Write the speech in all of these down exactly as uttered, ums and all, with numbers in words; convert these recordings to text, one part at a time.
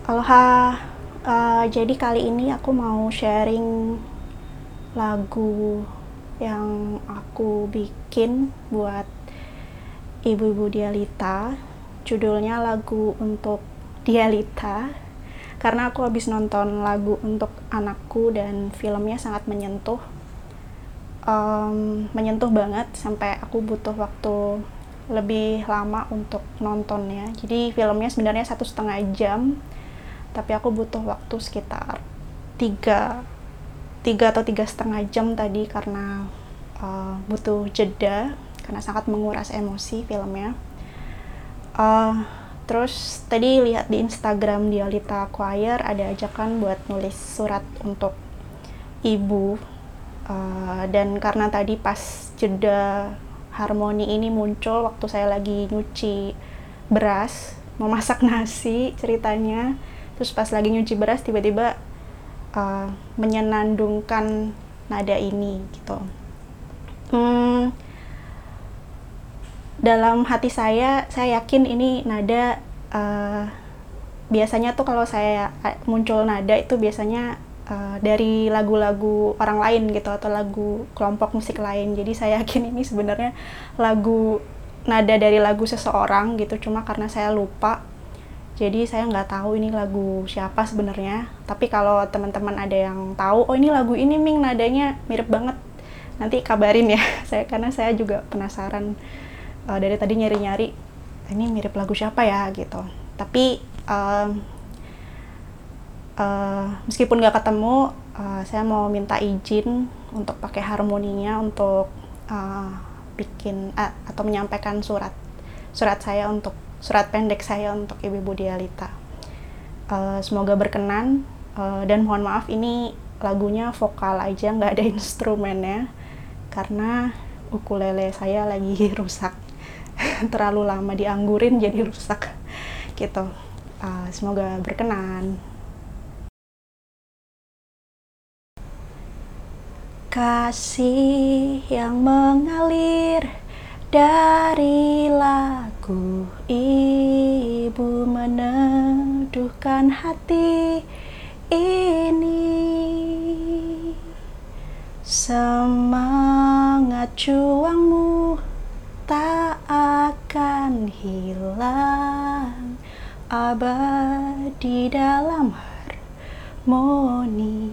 Aloha, uh, jadi kali ini aku mau sharing lagu yang aku bikin buat ibu-ibu Dialita. Judulnya lagu untuk Dialita, karena aku habis nonton lagu untuk anakku dan filmnya sangat menyentuh. Um, menyentuh banget sampai aku butuh waktu lebih lama untuk nontonnya. Jadi filmnya sebenarnya satu setengah jam, tapi aku butuh waktu sekitar tiga tiga atau tiga setengah jam tadi karena uh, butuh jeda karena sangat menguras emosi filmnya. Uh, terus tadi lihat di Instagram Dialita Choir ada ajakan buat nulis surat untuk ibu, uh, dan karena tadi pas jeda harmoni ini muncul waktu saya lagi nyuci beras, memasak nasi ceritanya. Terus pas lagi nyuci beras tiba-tiba uh, menyenandungkan nada ini gitu. Hmm, dalam hati saya, saya yakin ini nada uh, biasanya tuh kalau saya muncul nada itu biasanya uh, dari lagu-lagu orang lain gitu atau lagu kelompok musik lain. Jadi saya yakin ini sebenarnya lagu nada dari lagu seseorang gitu. Cuma karena saya lupa, jadi saya nggak tahu ini lagu siapa sebenarnya. Tapi kalau teman-teman ada yang tahu, oh ini lagu ini Ming nadanya mirip banget, nanti kabarin ya. Saya karena saya juga penasaran, uh, dari tadi nyari-nyari ini mirip lagu siapa ya gitu. Tapi um, uh, meskipun nggak ketemu, uh, saya mau minta izin untuk pakai harmoninya untuk uh, bikin uh, atau menyampaikan surat surat saya untuk surat pendek saya untuk ibu-ibu Dialita. Uh, semoga berkenan, uh, dan mohon maaf ini lagunya vokal aja, nggak ada instrumennya karena ukulele saya lagi rusak. Terlalu lama dianggurin jadi rusak gitu. Uh, semoga berkenan. Kasih yang mengalir dari lagu ibu meneduhkan hati ini. Semangat juangmu tak akan hilang, abadi dalam harmoni.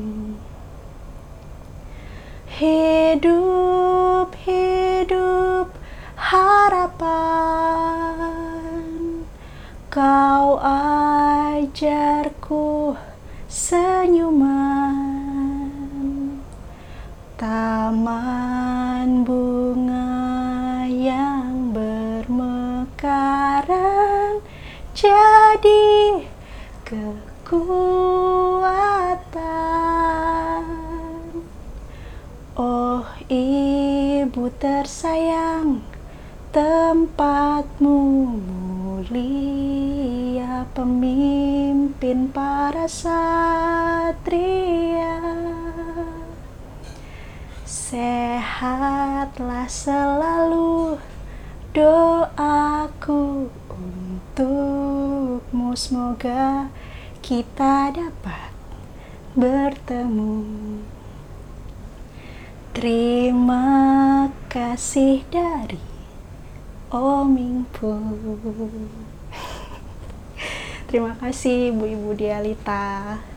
Hidup, hidup harapan, kau ajarku senyuman, taman bunga yang bermekaran jadi kekuatan. Oh ibu tersayang, tempatmu mulia, pemimpin para satria. Sehatlah selalu, doaku untukmu, semoga kita dapat bertemu. Terima kasih dari Omingpo. Terima kasih ibu-ibu Dialita.